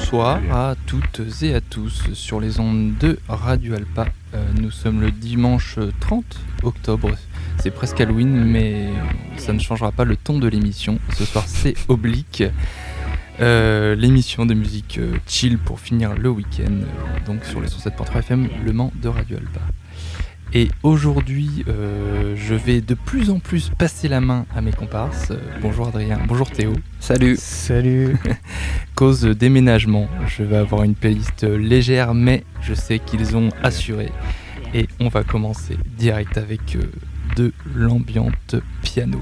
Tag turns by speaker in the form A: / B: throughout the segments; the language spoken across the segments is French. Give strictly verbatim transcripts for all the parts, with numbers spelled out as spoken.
A: bonsoir à toutes et à tous sur les ondes de Radio Alpa. Euh, nous sommes le dimanche trente octobre, c'est presque Halloween, mais ça ne changera pas le ton de l'émission. Ce soir c'est Oblique, euh, l'émission de musique euh, chill pour finir le week-end, euh, donc sur les cent sept point trois F M Le Mans de Radio Alpa. Et aujourd'hui, euh, je vais de plus en plus passer la main à mes comparses. Euh, bonjour Adrien, bonjour Théo.
B: Salut.
C: Salut.
A: Cause déménagement, je vais avoir une playlist légère, mais je sais qu'ils ont assuré. Et on va commencer direct avec euh, de l'ambiante piano.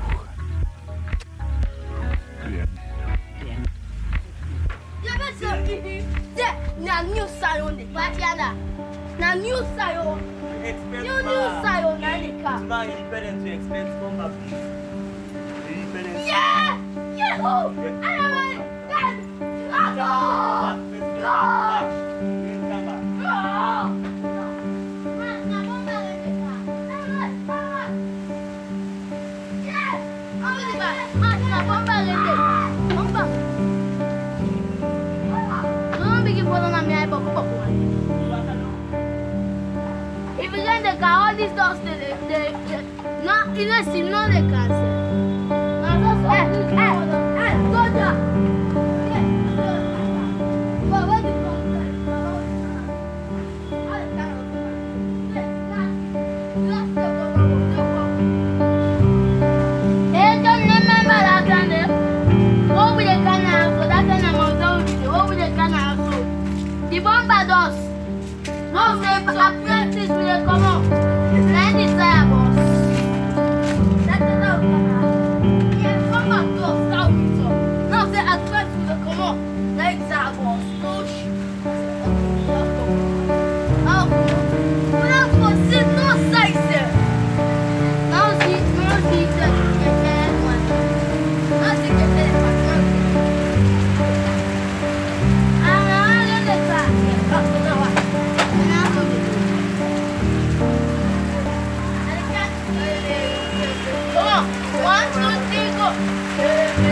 D: Na new sayo. You new sayo na nika.
E: My independence to expense come back. Independence.
D: Yeah! Yeah! Oh! I am a dad! No! If you get the car, all these dogs, they, they, they, they not, you know, see, no, they can't say. Hey, hey, hey, go down. The bombardos. No, c'est apprentice, mais comment? L'un des frères, boss. That's enough. Yeah, bombardos, ça, oui, ça. Non, c'est apprentice, mais comment? Like that, boss. Push. Oh, non, c'est non, ça, ici. Non, si, non, si, c'est quelqu'un, moi. Non, c'est quelqu'un, moi. One, two, three, go.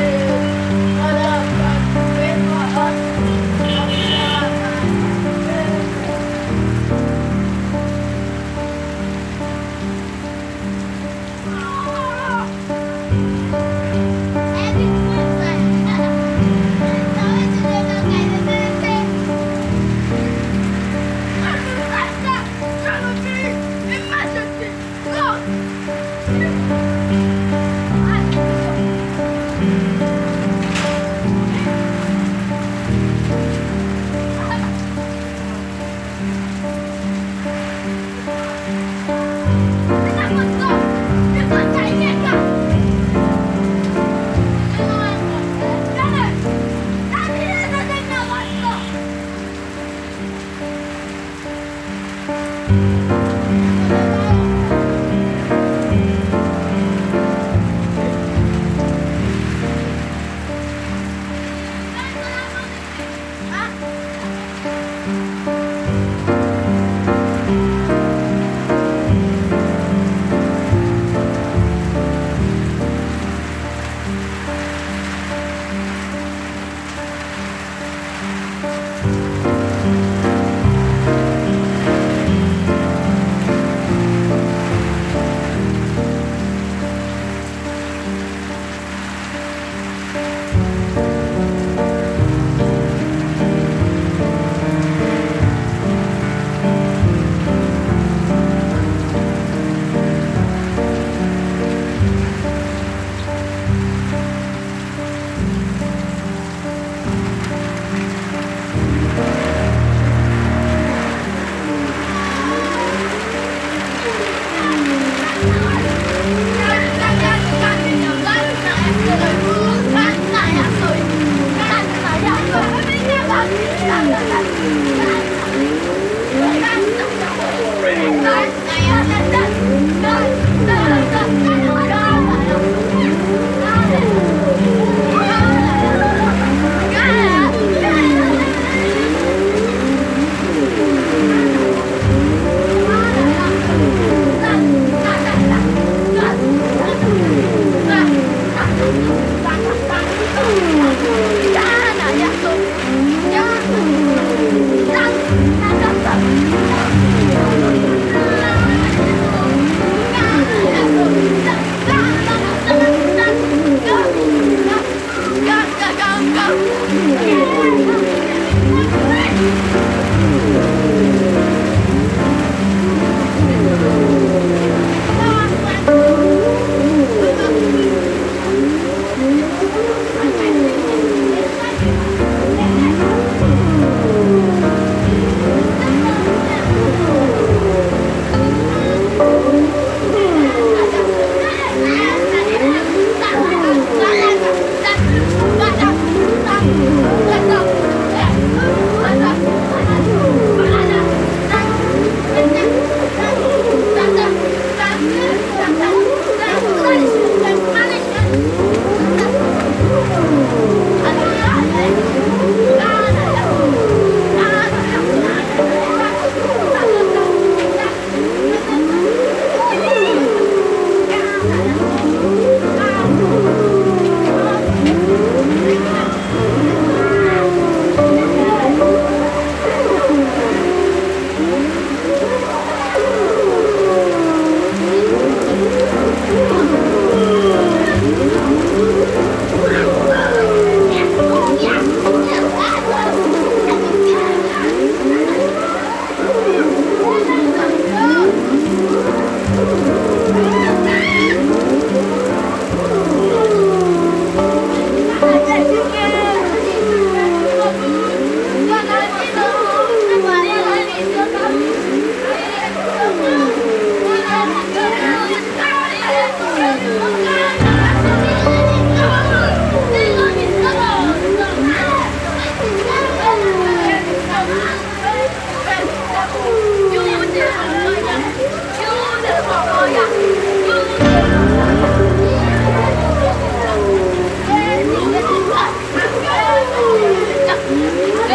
D: Yeah.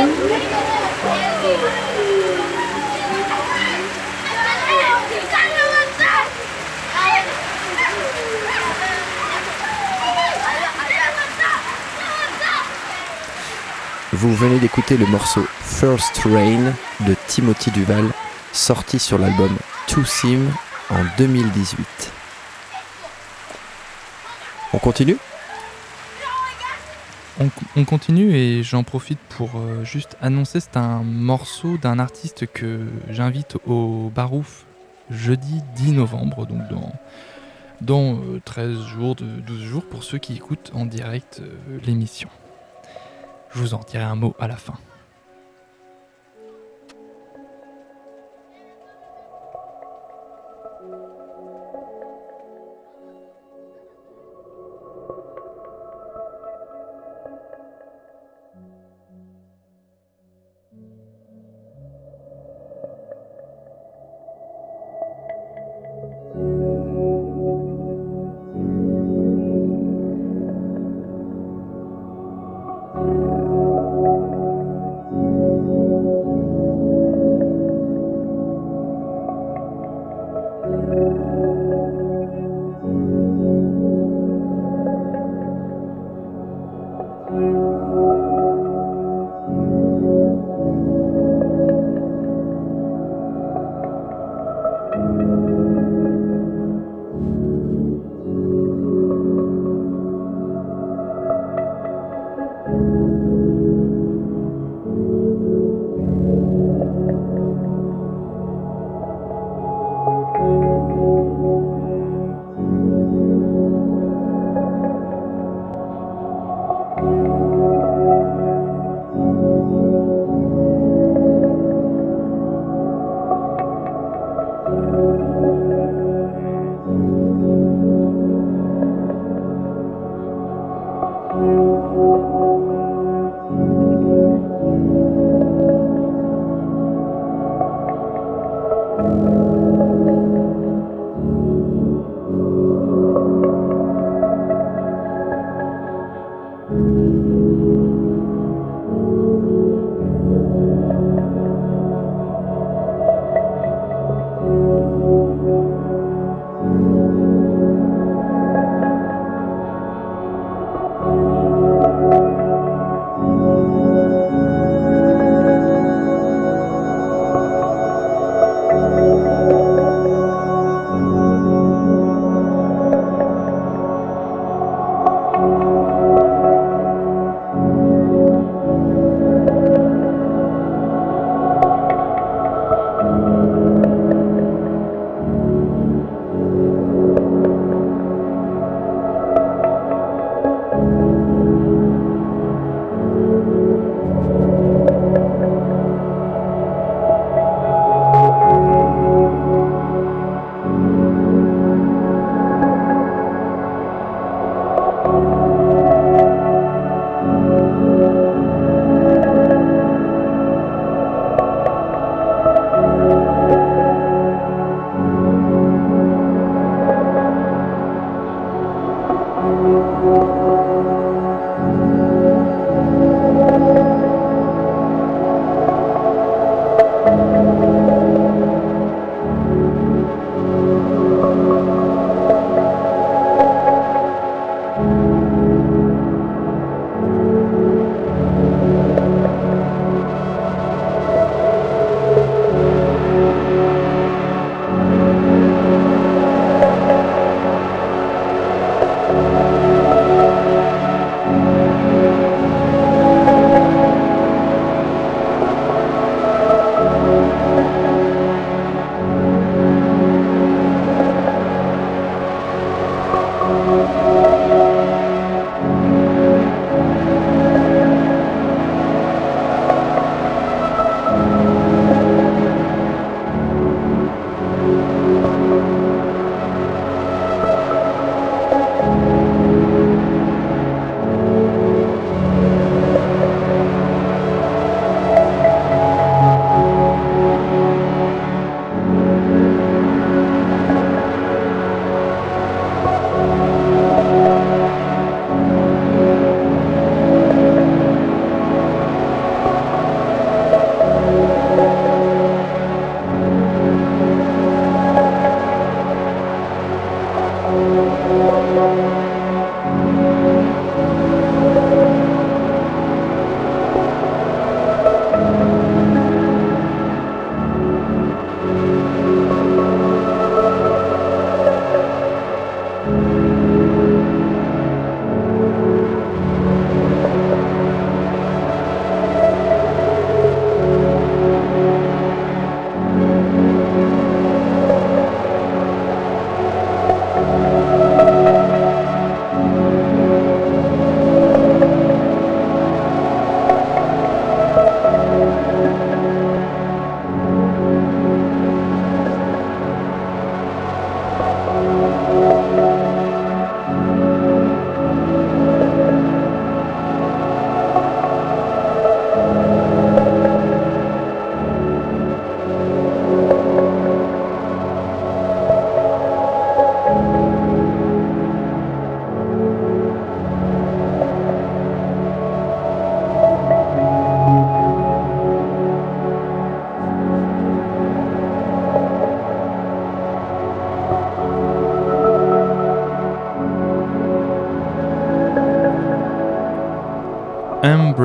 B: Vous venez d'écouter le morceau First Rain de Timothy Duval, sorti sur l'album Two Sim en deux mille dix-huit. On continue ?
A: On, on continue et j'en profite pour euh, juste annoncer, c'est un morceau d'un artiste que j'invite au Barouf jeudi dix novembre, donc dans, dans euh, treize jours, de douze jours pour ceux qui écoutent en direct euh, l'émission. Je vous en dirai un mot à la fin.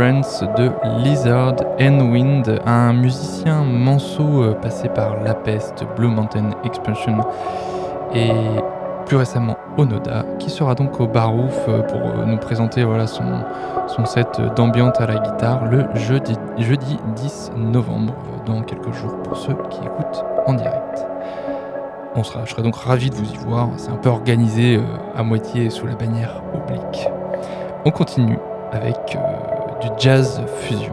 A: Endurance de Lizard and Wind, un musicien manceau euh, passé par La Peste, Blue Mountain Expansion et plus récemment Onoda, qui sera donc au Barouf euh, pour euh, nous présenter voilà, son, son set d'ambiance à la guitare le jeudi, jeudi dix novembre, euh, dans quelques jours pour ceux qui écoutent en direct. On sera, je serai donc ravi de vous y voir, c'est un peu organisé euh, à moitié sous la bannière oblique. On continue avec euh, du jazz fusion.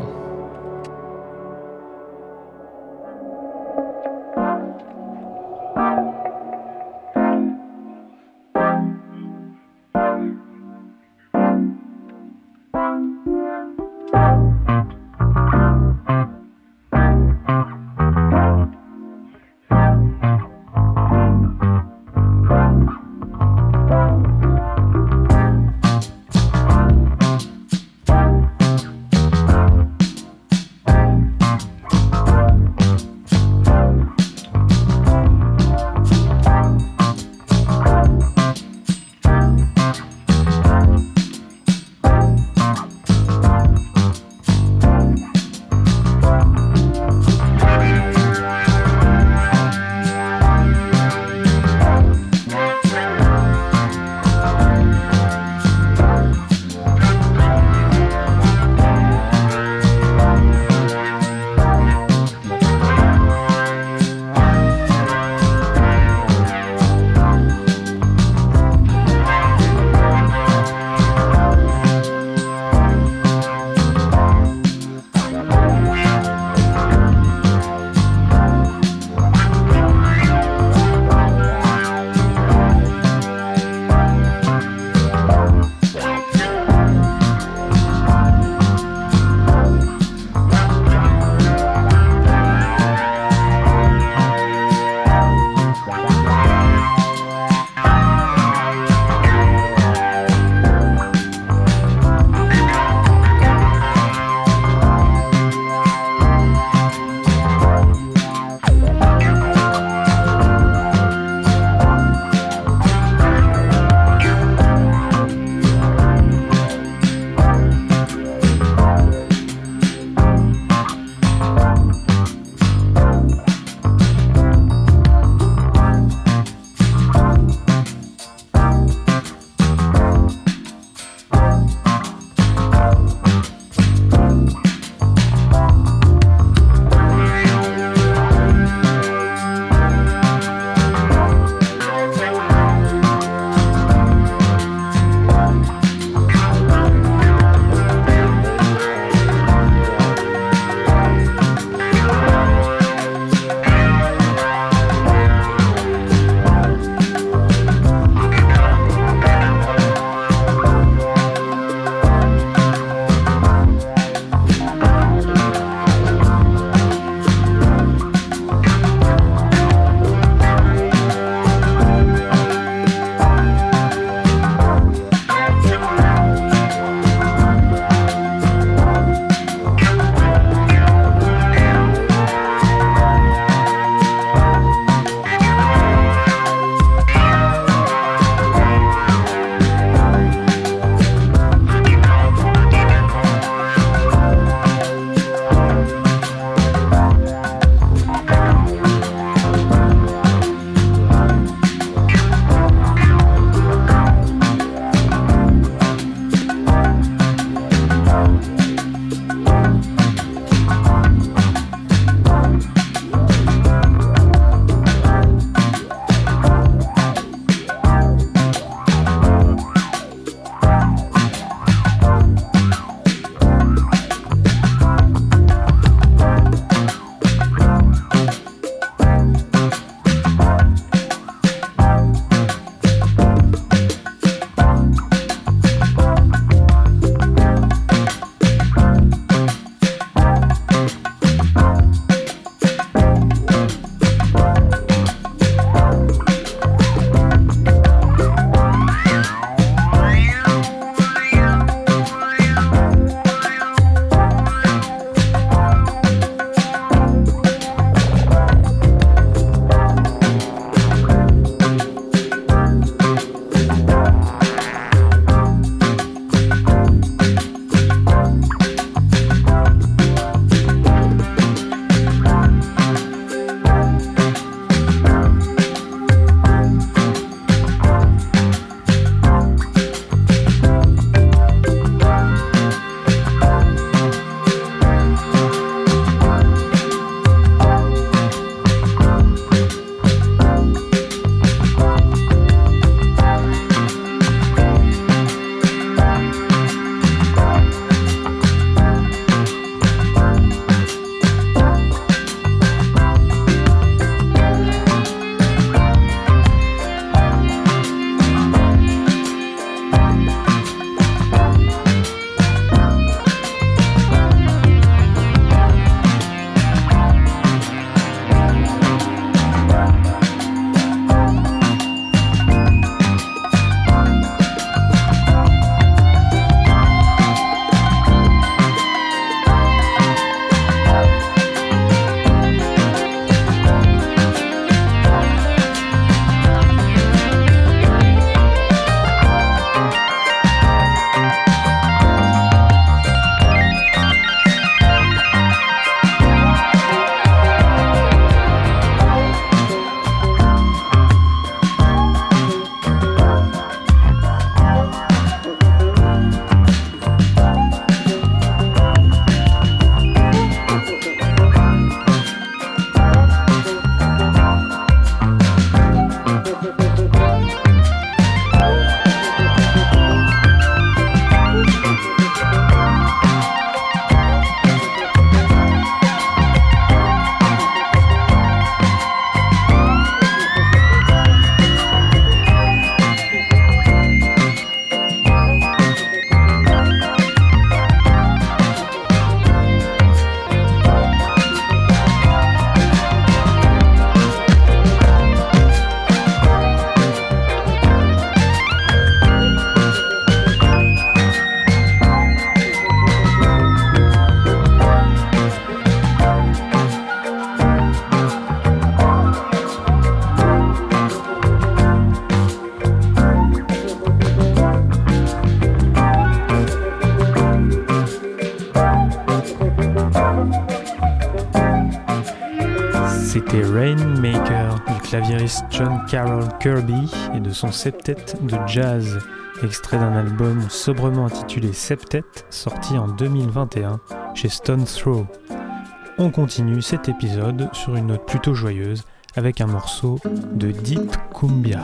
C: C'était Rainmaker du claviériste John Carroll Kirby et de son septet de jazz, extrait d'un album sobrement intitulé Septet, sorti en deux mille vingt et un chez Stone Throw. On continue cet épisode sur une note plutôt joyeuse avec un morceau de Deep Cumbia.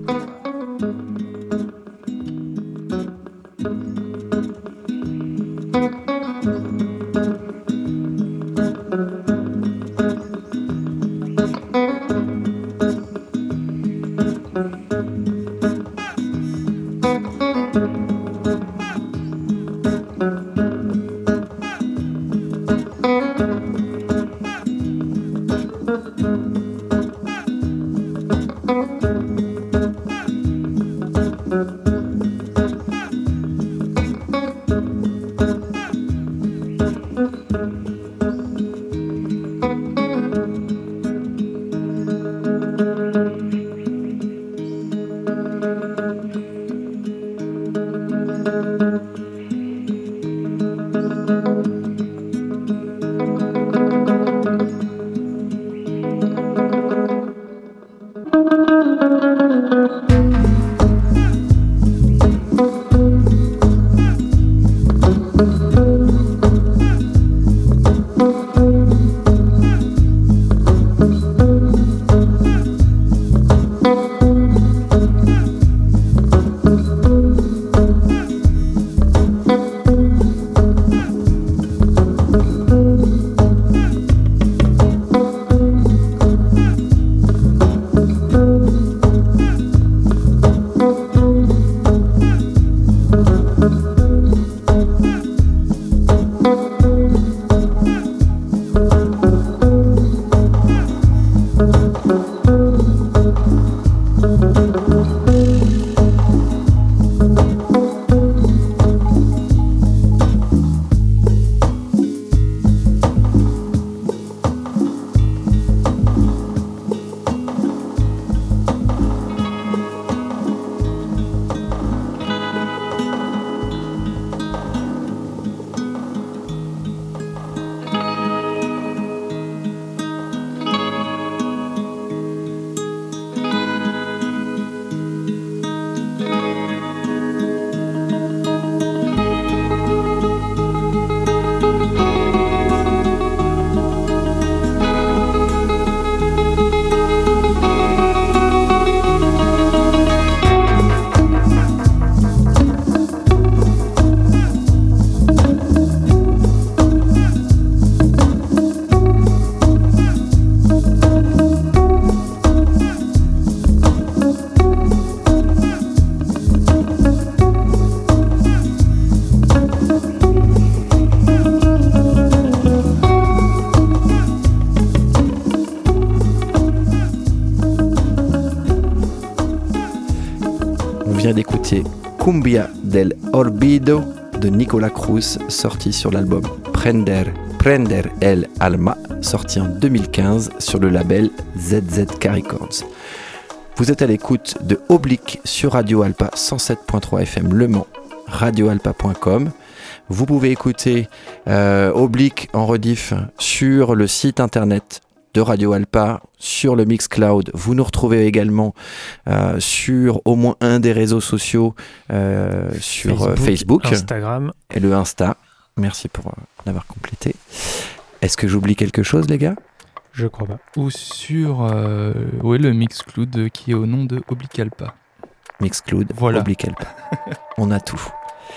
B: D'écouter Cumbia del Olvido de Nicolas Cruz, sorti sur l'album Prender, Prender el Alma, sorti en deux mille quinze sur le label Z Z K Records. Vous êtes à l'écoute de Oblique sur Radio Alpa cent sept virgule trois F M Le Mans, radio alpa point com. Vous pouvez écouter euh, Oblique en rediff sur le site internet de Radio Alpa, sur le Mixcloud. Vous nous retrouvez également euh, sur au moins un des réseaux sociaux, euh, sur Facebook, Facebook,
C: Instagram
B: et le Insta. Merci pour euh, l'avoir complété. Est-ce que j'oublie quelque chose, les gars ?
C: Je crois pas.
A: Ou sur euh, ouais, le Mixcloud qui est au nom de Oblique Alpa.
B: Mixcloud,
A: voilà.
B: Oblique Alpa. On a tout.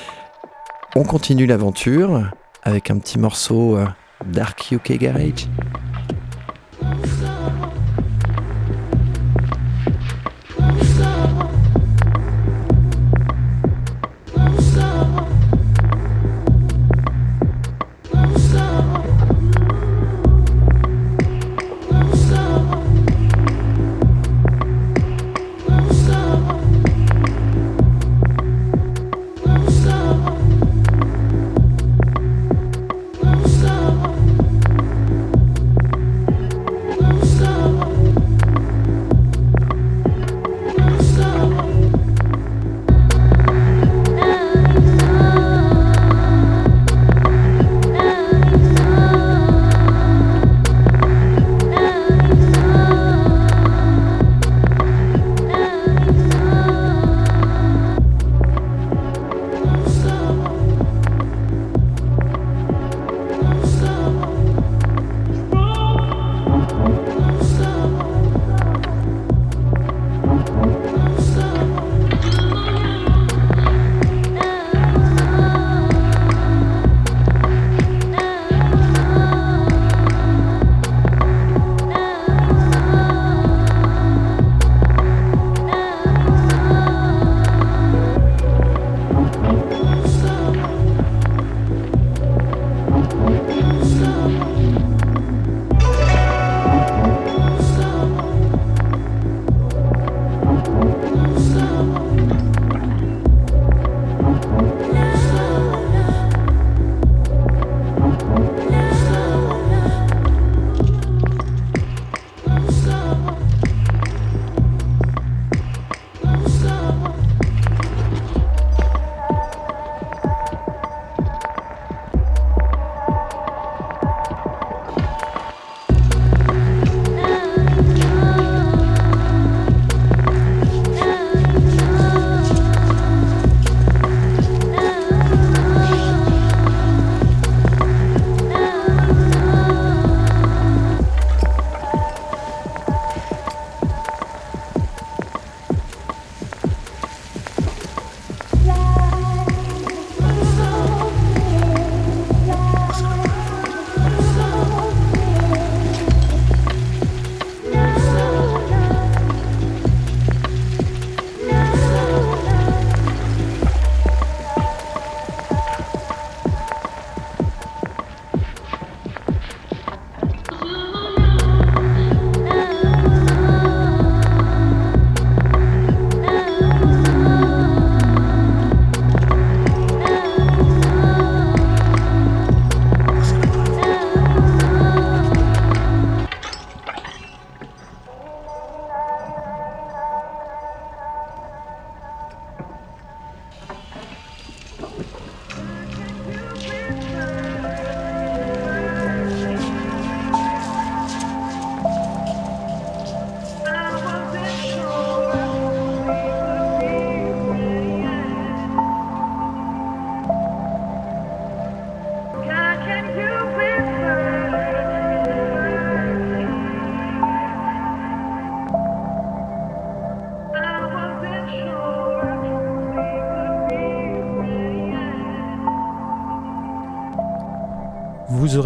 B: On continue l'aventure avec un petit morceau euh, Dark U K Garage.
F: Stop.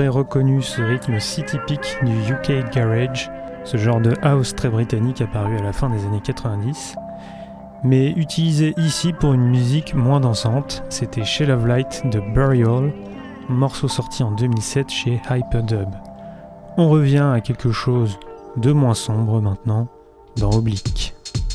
C: aurait reconnu ce rythme si typique du U K Garage, ce genre de house très britannique apparu à la fin des années quatre-vingt-dix, mais utilisé ici pour une musique moins dansante. C'était Shell of Light de Burial, morceau sorti en deux mille sept chez Hyperdub. On revient à quelque chose de moins sombre maintenant, dans Oblique.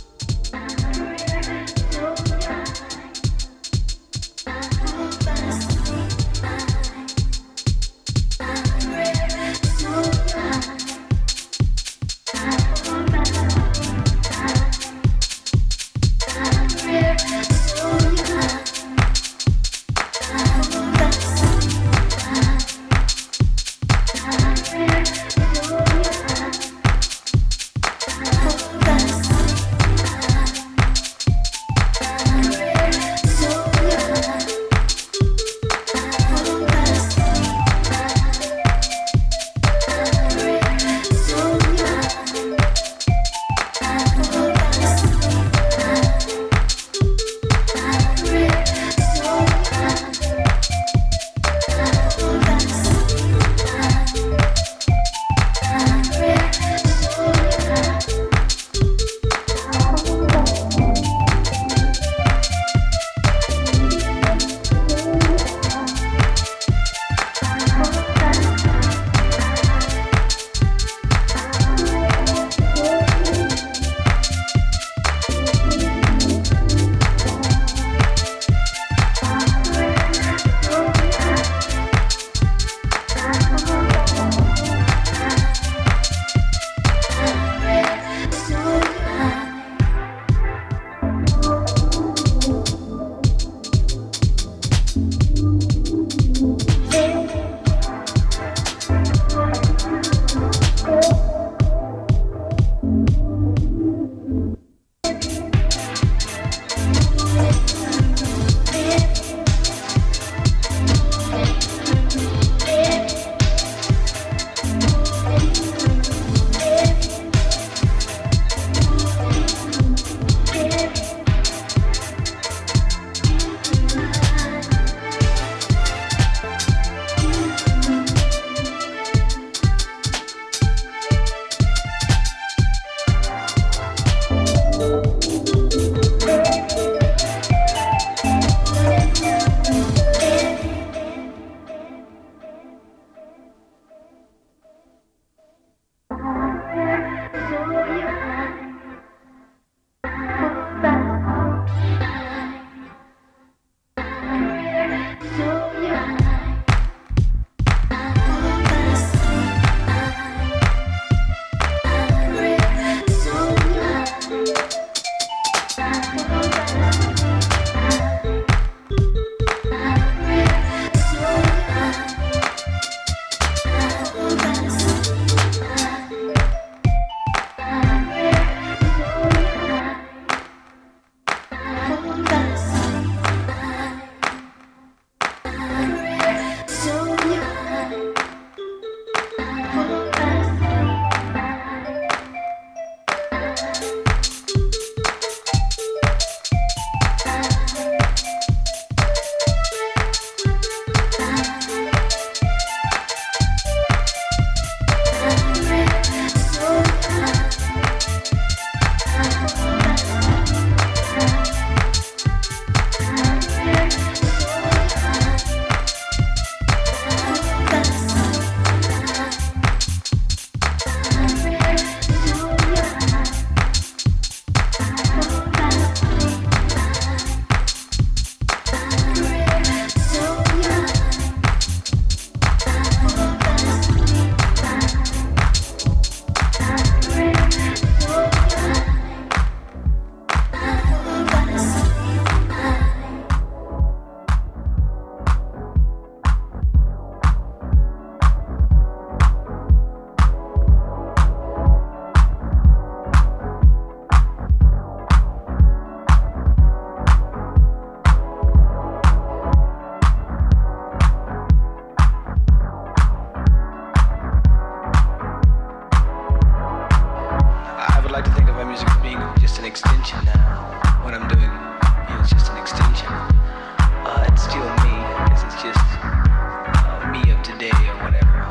F: extension now. What I'm doing is just an extension. Uh, it's still me, because it's just uh, me of today or whatever.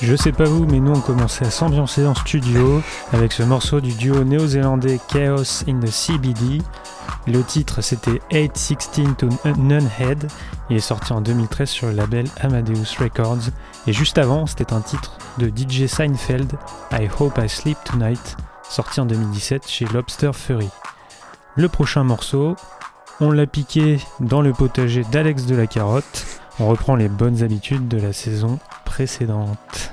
C: Je sais pas vous, mais nous on commençait à s'ambiancer en studio avec ce morceau du duo néo-zélandais Chaos in the C B D. Le titre c'était eight sixteen to Nunhead. Il est sorti en deux mille treize sur le label Amadeus Records. Et juste avant, c'était un titre de D J Seinfeld, I Hope I Sleep Tonight, sorti en deux mille dix-sept chez Lobster Fury. Le prochain morceau, on l'a piqué dans le potager d'Alex de la Carotte. On reprend les bonnes habitudes de la saison précédente.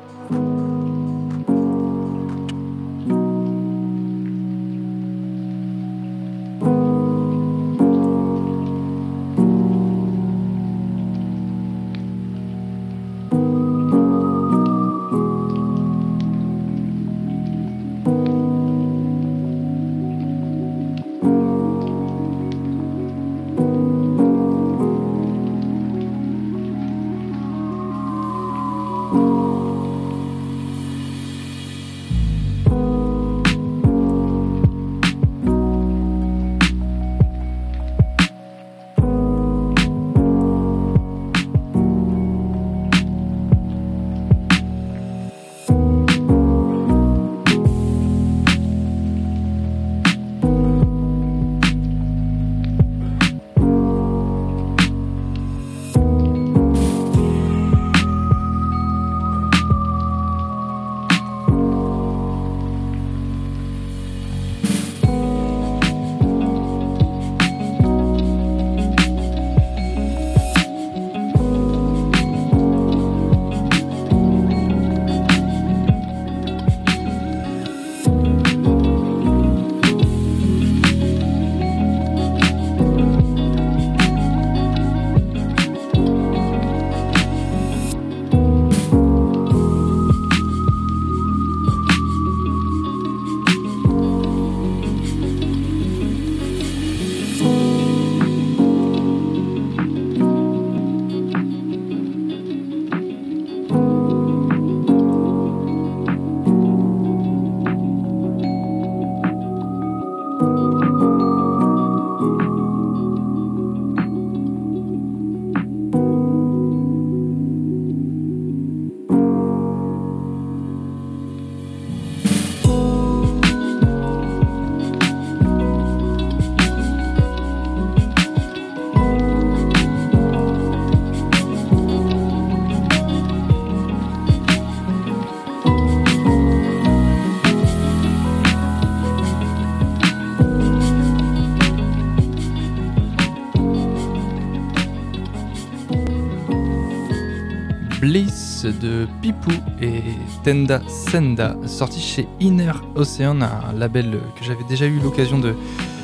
A: Bliss de Pipou et Tenda Senda, sorti chez Inner Ocean, un label que j'avais déjà eu l'occasion de,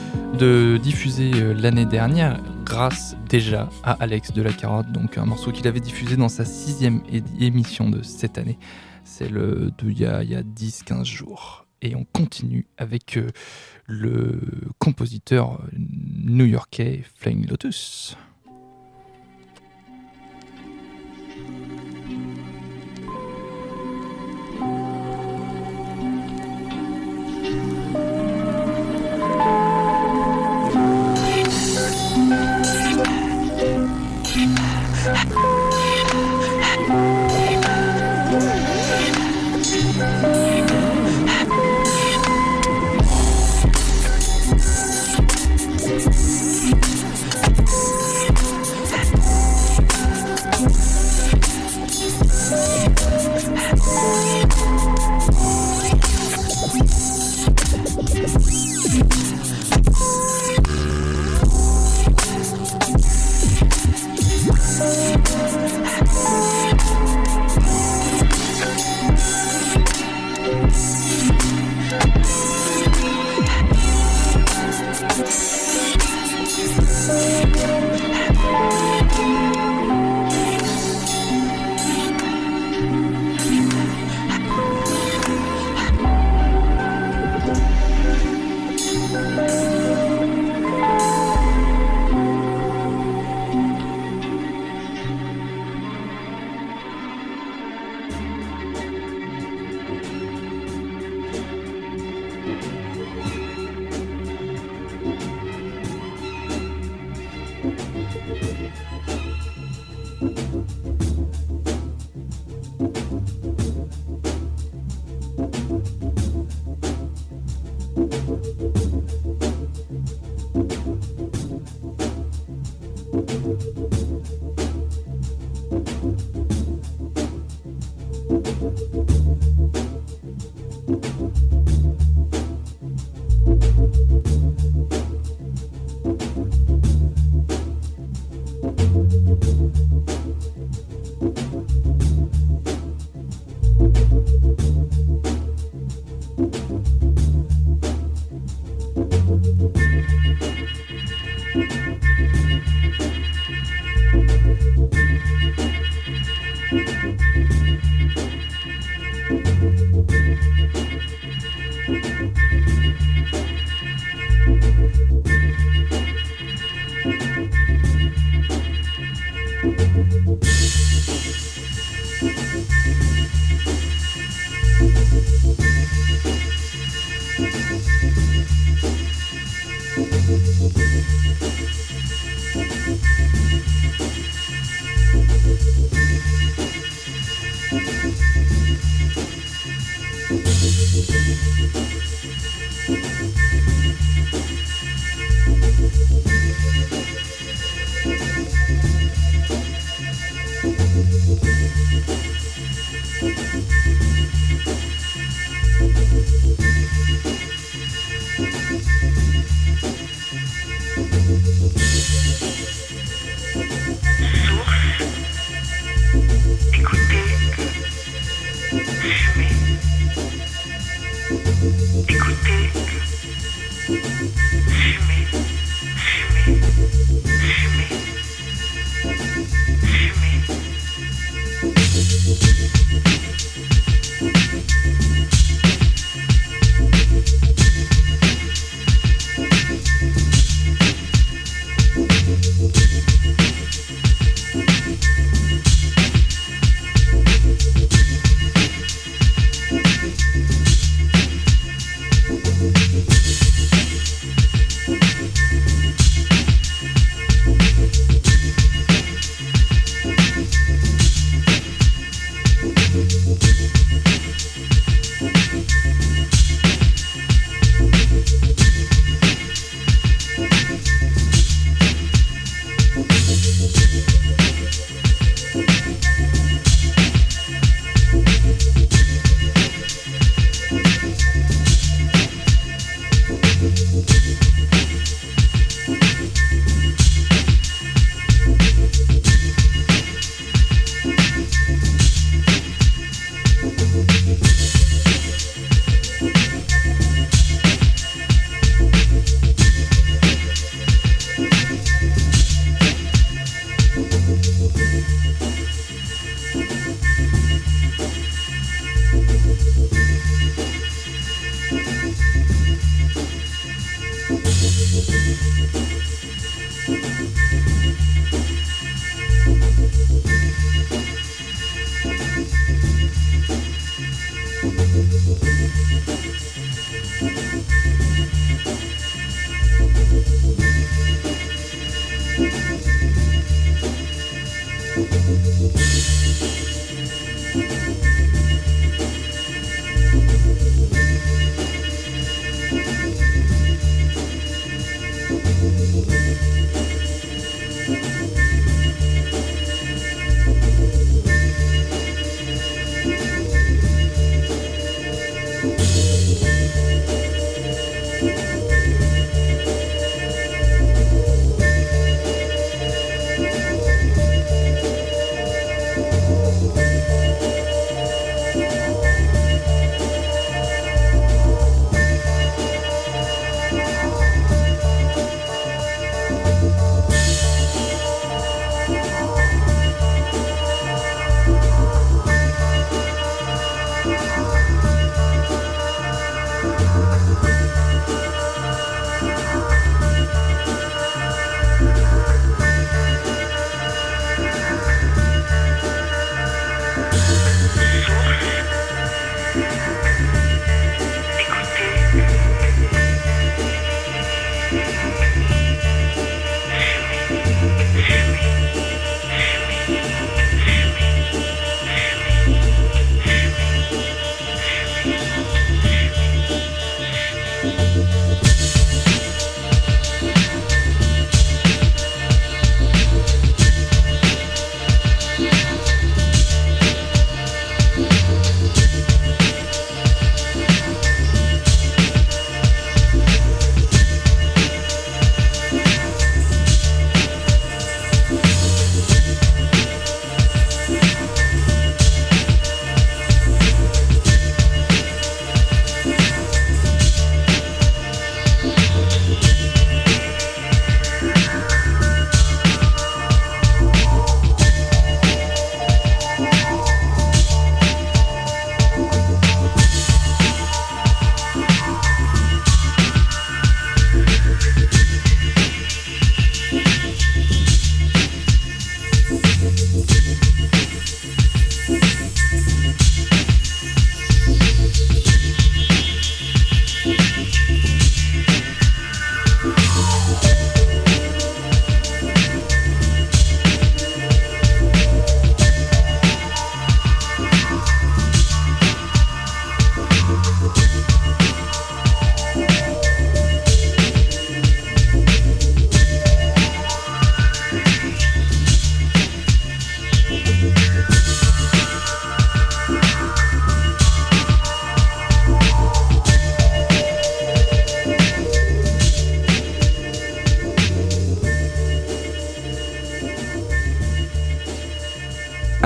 A: de diffuser l'année dernière, grâce déjà à Alex de la Carotte, donc un morceau qu'il avait diffusé dans sa sixième émission de cette année. C'est le de il y a, y a dix à quinze jours. Et on continue avec euh, le compositeur new-yorkais Flying Lotus.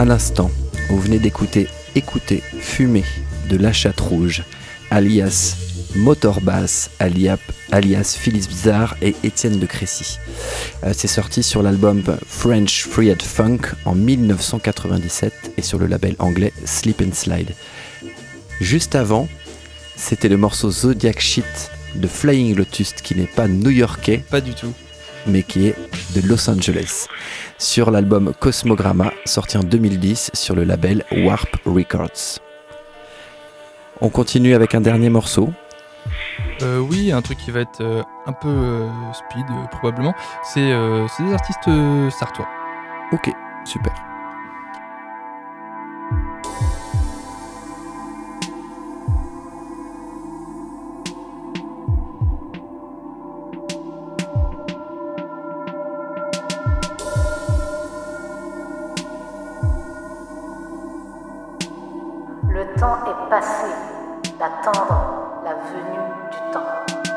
B: l'instant, vous venez d'écouter Écouter, Fumer de La Chatte Rouge, alias Motorbass, alias, alias Phyllis Bizarre et Étienne de Crécy. Euh, c'est sorti sur l'album French Freehand Funk en dix-neuf cent quatre-vingt-dix-sept et sur le label anglais Slip and Slide. Juste avant, c'était le morceau Zodiac Shit de Flying Lotus qui n'est pas new-yorkais,
A: Pas du tout.
B: mais qui est de Los Angeles, sur l'album Cosmogramma, sorti en deux mille dix sur le label Warp Records. On continue avec un dernier morceau.
A: Euh, oui, un truc qui va être euh, un peu euh, speed euh, probablement. C'est, euh, c'est des artistes euh, sartois.
B: Ok, super.
G: Le temps est passé d'attendre la venue du temps.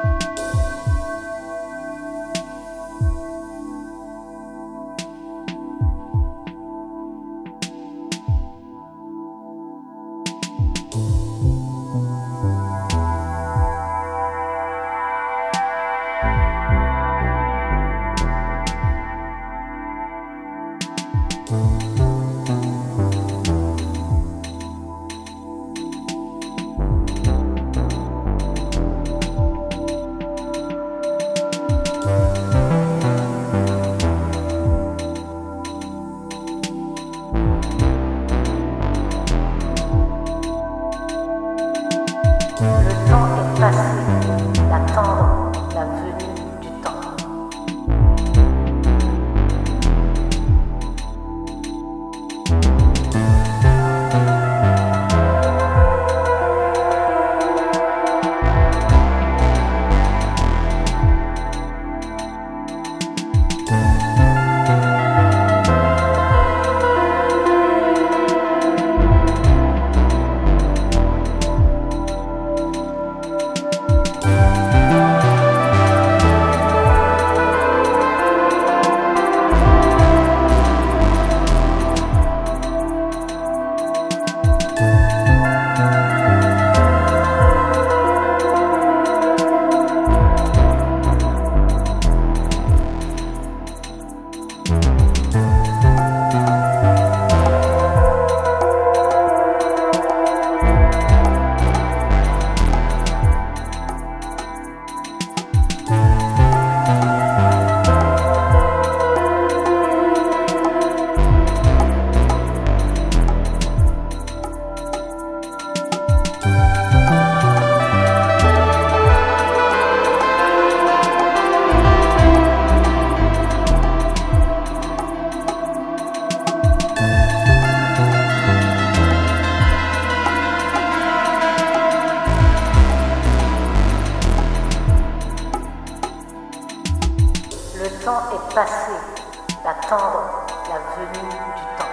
G: Passé d'attendre la venue du temps.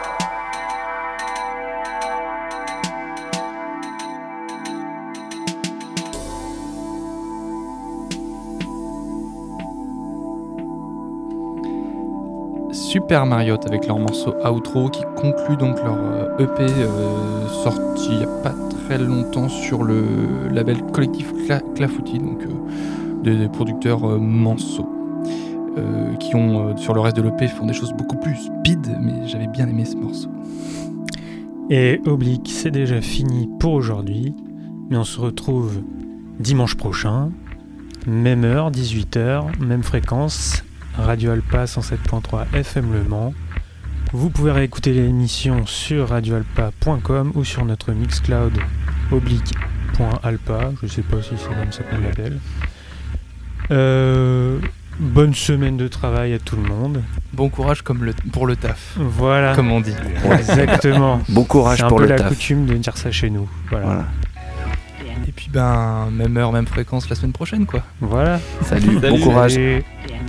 A: Super Marriott avec leur morceau Outro qui conclut donc leur euh, E P euh, sorti il n'y a pas très longtemps sur le label collectif Cla- Clafoutis, donc euh, des, des producteurs euh, manceaux. Euh, qui ont, euh, sur le reste de l'E P, font des choses beaucoup plus speed, mais j'avais bien aimé ce morceau.
C: Et Oblique, c'est déjà fini pour aujourd'hui, mais on se retrouve dimanche prochain, même heure, dix-huit heures, même fréquence, Radio Alpa cent sept virgule trois F M Le Mans. Vous pouvez réécouter l'émission sur radio alpa point com ou sur notre Mixcloud oblique point alpa, je sais pas si c'est comme ça qu'on l'appelle. Euh... Bonne semaine de travail à tout le monde.
A: Bon courage comme le, pour le taf.
C: Voilà.
A: Comme on dit.
C: Exactement.
B: Bon courage pour le taf.
C: C'est un peu la coutume de dire ça chez nous. Voilà. voilà.
A: Et puis ben, même heure, même fréquence la semaine prochaine quoi.
C: Voilà.
B: Salut,
A: Salut.
B: bon courage.
C: Salut.